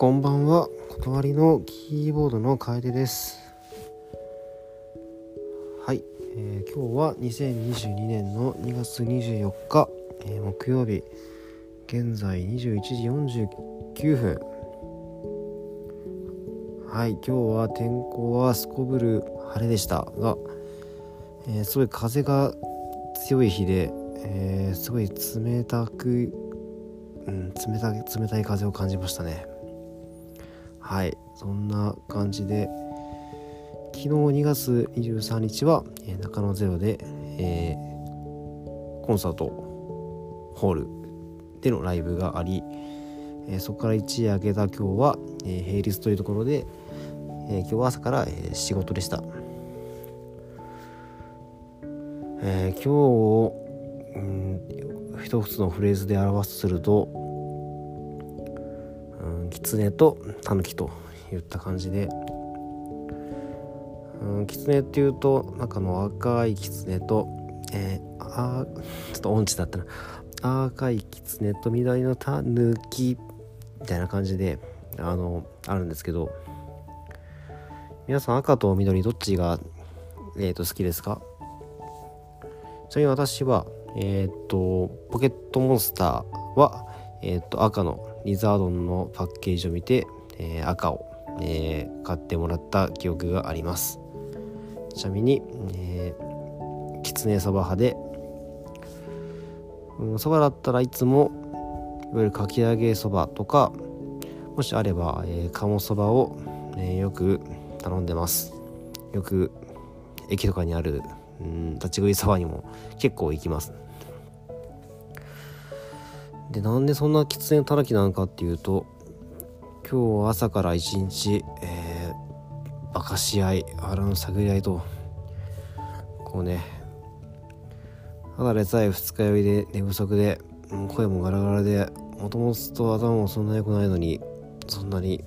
こんばんは。断りのキーボードの楓です。はい、今日は2022年の2月24日、木曜日、現在21時49分。はい、今日は天候はすこぶる晴れでしたが、すごい風が強い日で、すごい冷たい風を感じましたね。はい、そんな感じで昨日2月23日は中野ゼロで、コンサートホールでのライブがあり、そこから一夜明けた今日は、平日というところで、今日は朝から、仕事でした。今日を、一つのフレーズで表すとすると、狐と狸といった感じで、狐っていうとなんか赤い狐と、ちょっと音痴だったな、赤い狐と緑の狸みたいな感じであるんですけど、皆さん赤と緑どっちが、好きですか？ちなみに私はポケットモンスターは赤のリザードンのパッケージを見て、赤を、買ってもらった記憶があります。ちなみに、きつねそば派で、そばだったらいつもいわゆるかき揚げそばとか、もしあれば、鴨そばを、よく頼んでます。よく駅とかにある立ち食いそばにも結構行きます。で、なんでそんなきつねたらきなのかっていうと、今日朝から一日、バカし合い、腹の探り合いと、こうね、ただでさえ二日酔いで寝不足で、声もガラガラで、もともと頭もそんな良くないのに、そんなに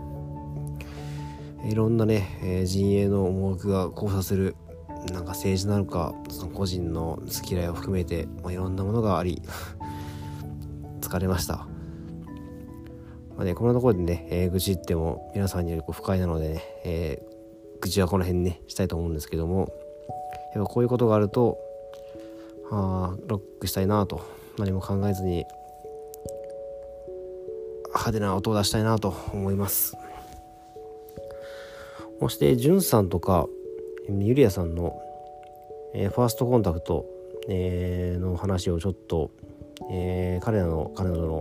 いろんなね、陣営の思惑が交差する、なんか政治なのか、その個人の好き嫌いを含めて、いろんなものがあり疲れました。このところでね、愚痴っても皆さんにより不快なのでね、愚痴はこの辺にねしたいと思うんですけども、やっぱこういうことがあるとロックしたいなと、何も考えずに派手な音を出したいなと思います。そしてじゅんさんとかゆりやさんの、ファーストコンタクト、の話をちょっと、彼女の、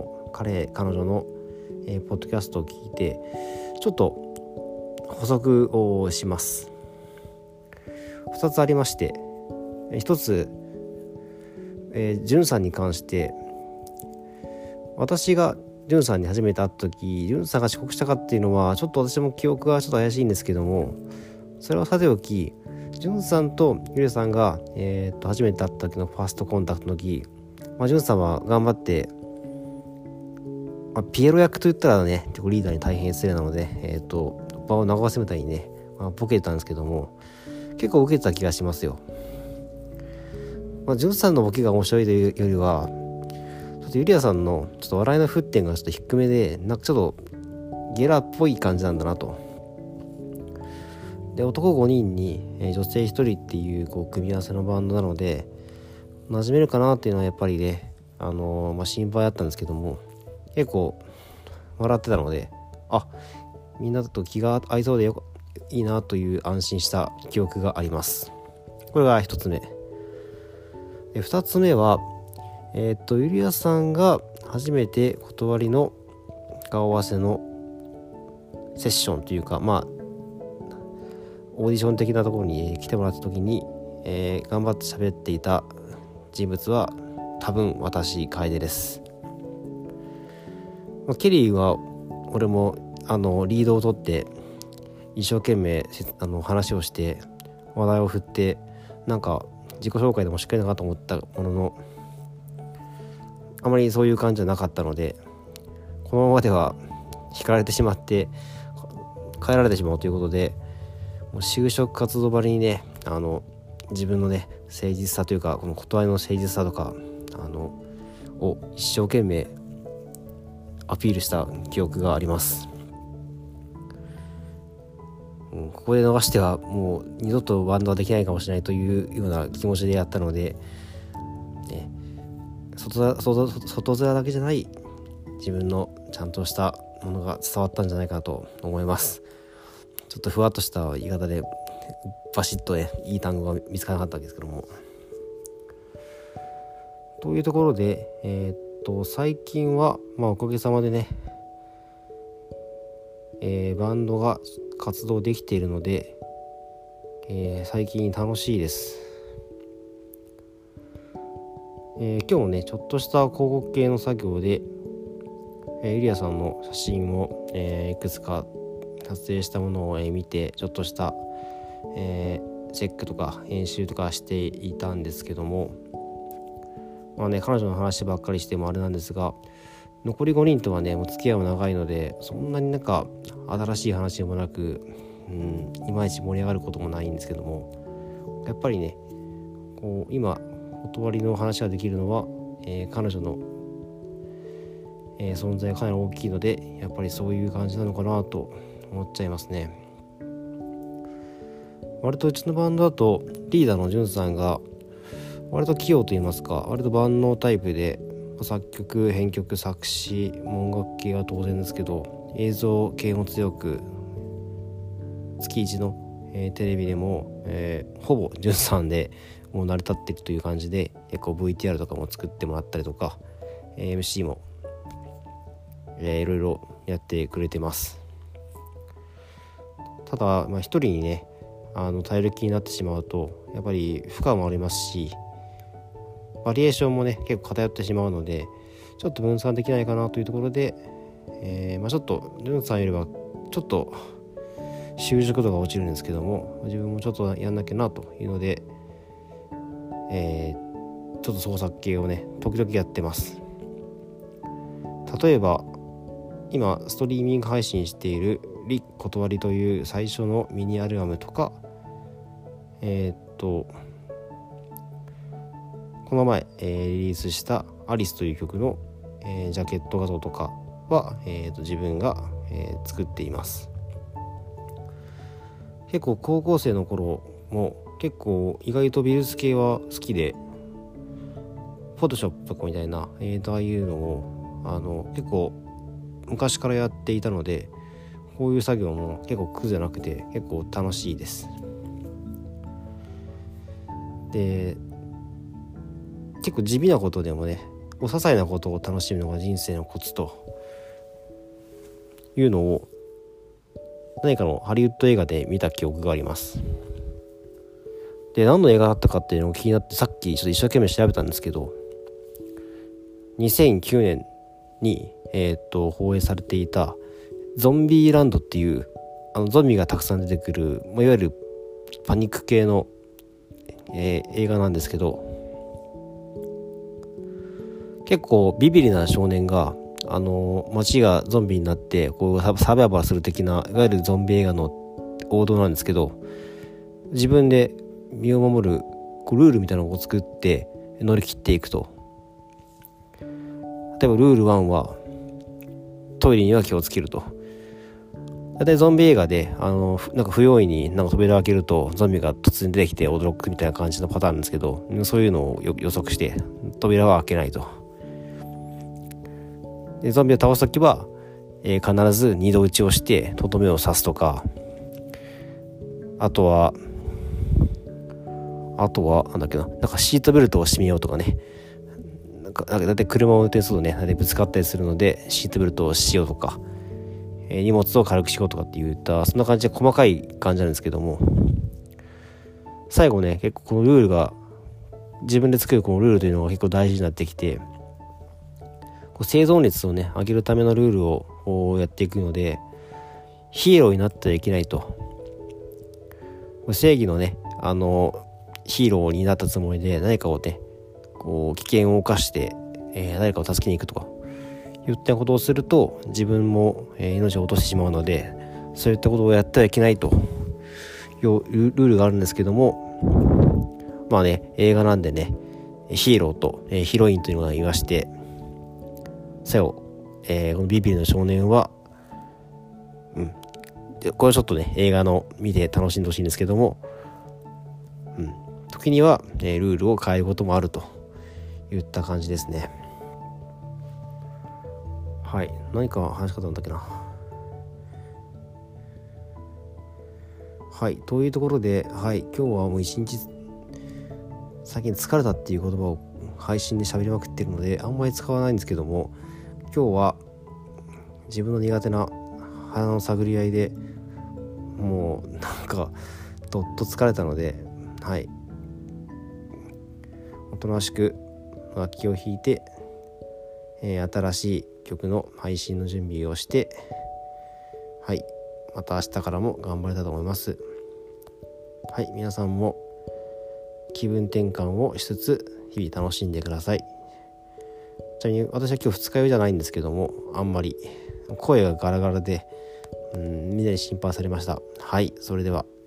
ポッドキャストを聞いてちょっと補足をします。2つありまして、1つ、じゅんさんに関して、私がじゅんさんに初めて会った時、じゅんさんが遅刻したかっていうのはちょっと私も記憶がちょっと怪しいんですけども、それはさておき、じゅんさんとゆりさんが、初めて会った時のファーストコンタクトの時、じゅんさんは頑張って、ピエロ役と言ったらねリーダーに大変失礼なので、場を和ませるためにね、ボケてたんですけども、結構受けてた気がしますよ。ジュンさんのボケが面白いというよりは、ちょっとユリアさんのちょっと笑いの沸点がちょっと低めで、なんかちょっとゲラっぽい感じなんだなと。で、男5人に女性1人っていう組み合わせのバンドなので馴染めるかなっていうのはやっぱりね、心配だったんですけども、結構笑ってたので、みんなと気が合いそうでいいなという安心した記憶があります。これが一つ目。二つ目は、ゆりやさんが初めて断りの顔合わせのセッションというか、オーディション的なところに来てもらった時に、頑張って喋っていた人物は多分私、楓です。ケリーは俺もリードを取って一生懸命話をして話題を振って、なんか自己紹介でもしっかりなかと思ったものの、あまりそういう感じじゃなかったので、このままでは引かれてしまって帰られてしまうということで、もう就職活動ばりにね、自分のね誠実さというか、この断りの誠実さとかを一生懸命アピールした記憶があります。 ここで逃してはもう二度とバンドはできないかもしれないというような気持ちでやったので、ね、外面だけじゃない自分のちゃんとしたものが伝わったんじゃないかなと思います。ちょっとふわっとした言い方でバシッとねいい単語が見つからなかったんですけども、というところで最近はおかげさまでね、バンドが活動できているので、最近楽しいです。今日もねちょっとした広告系の作業で、ユリアさんの写真を、いくつか撮影したものを、見てちょっとした、チェックとか編集とかしていたんですけども、彼女の話ばっかりしてもあれなんですが、残り5人とはねもう付き合いも長いので、そんなに新しい話でもなく、いまいち盛り上がることもないんですけども、やっぱりねこう今断りの話ができるのは、彼女の、存在がかなり大きいので、やっぱりそういう感じなのかなと思っちゃいますね。割とうちのバンドだとリーダーのジュンさんが割と器用といいますか、割と万能タイプで、作曲、編曲、作詞、音楽系は当然ですけど、映像系も強く、月1の、テレビでも、ほぼジュンさんでもう成り立っているという感じで、結構 VTR とかも作ってもらったりとか、MC も、いろいろやってくれてます。ただ一人にね頼る気になってしまうとやっぱり負荷もありますし、バリエーションもね結構偏ってしまうので、ちょっと分散できないかなというところで、ちょっとジュンさんよりはちょっと習熟度が落ちるんですけども、自分もちょっとやんなきゃなというので、ちょっと創作系をね時々やってます。例えば今ストリーミング配信しているリ・断りという最初のミニアルバムとか、この前、リリースしたアリスという曲の、ジャケット画像とかは、自分が、作っています。結構高校生の頃も結構意外と美術系は好きで、フォトショップとかみたいな、ああいうのを結構昔からやっていたので、こういう作業も結構苦じゃなくて結構楽しいです。で結構地味なことでもね、些細なことを楽しむのが人生のコツというのを何かのハリウッド映画で見た記憶があります。で何の映画だったかっていうのを気になって、さっきちょっと一生懸命調べたんですけど、2009年に、放映されていたゾンビーランドっていうゾンビがたくさん出てくる、いわゆるパニック系の、映画なんですけど、結構ビビリな少年が街がゾンビになってこうサバイバルする的な、いわゆるゾンビ映画の王道なんですけど、自分で身を守るルールみたいなのを作って乗り切っていくと。例えばルール1はトイレには気をつけると。だいたいゾンビ映画で不用意に扉を開けるとゾンビが突然出てきて驚くみたいな感じのパターンなんですけど、そういうのを予測して扉は開けないと。でゾンビを倒すときは、必ず二度打ちをしてとどめを刺すとか、あとはなんだっけな、シートベルトを締めようとかね、だいたい車を運転するとね、だいたいぶつかったりするのでシートベルトをしようとか、荷物を軽くしようとかっていったそんな感じで細かい感じなんですけども、最後ね結構このルールが自分で作るこのルールというのが結構大事になってきて、生存率をね上げるためのルールをやっていくので、ヒーローになってはいけないと。正義のねヒーローになったつもりで何かをね危険を冒して、誰かを助けに行くとかいったことをすると自分も、命を落としてしまうので、そういったことをやってはいけないというルールがあるんですけども、映画なんでねヒーローと、ヒロインというのがいまして、最後、このビビリの少年は、 これちょっとね映画の見て楽しんでほしいんですけども、時には、ルールを変えることもあるといった感じですね。はい、何か話し方なんだっけな。はい、というところで、はい、今日はもう一日最近疲れたっていう言葉を配信で喋りまくってるのであんまり使わないんですけども、今日は自分の苦手な鼻の探り合いでもうなんかどっと疲れたので、はい、おとなしく楽器を弾いて、新しい曲の配信の準備をして、はい、また明日からも頑張りたいと思います。はい、皆さんも気分転換をしつつ日々楽しんでください。ちなみに私は今日二日酔いじゃないんですけども、あんまり声がガラガラでみんなに心配されました。はい、それでは。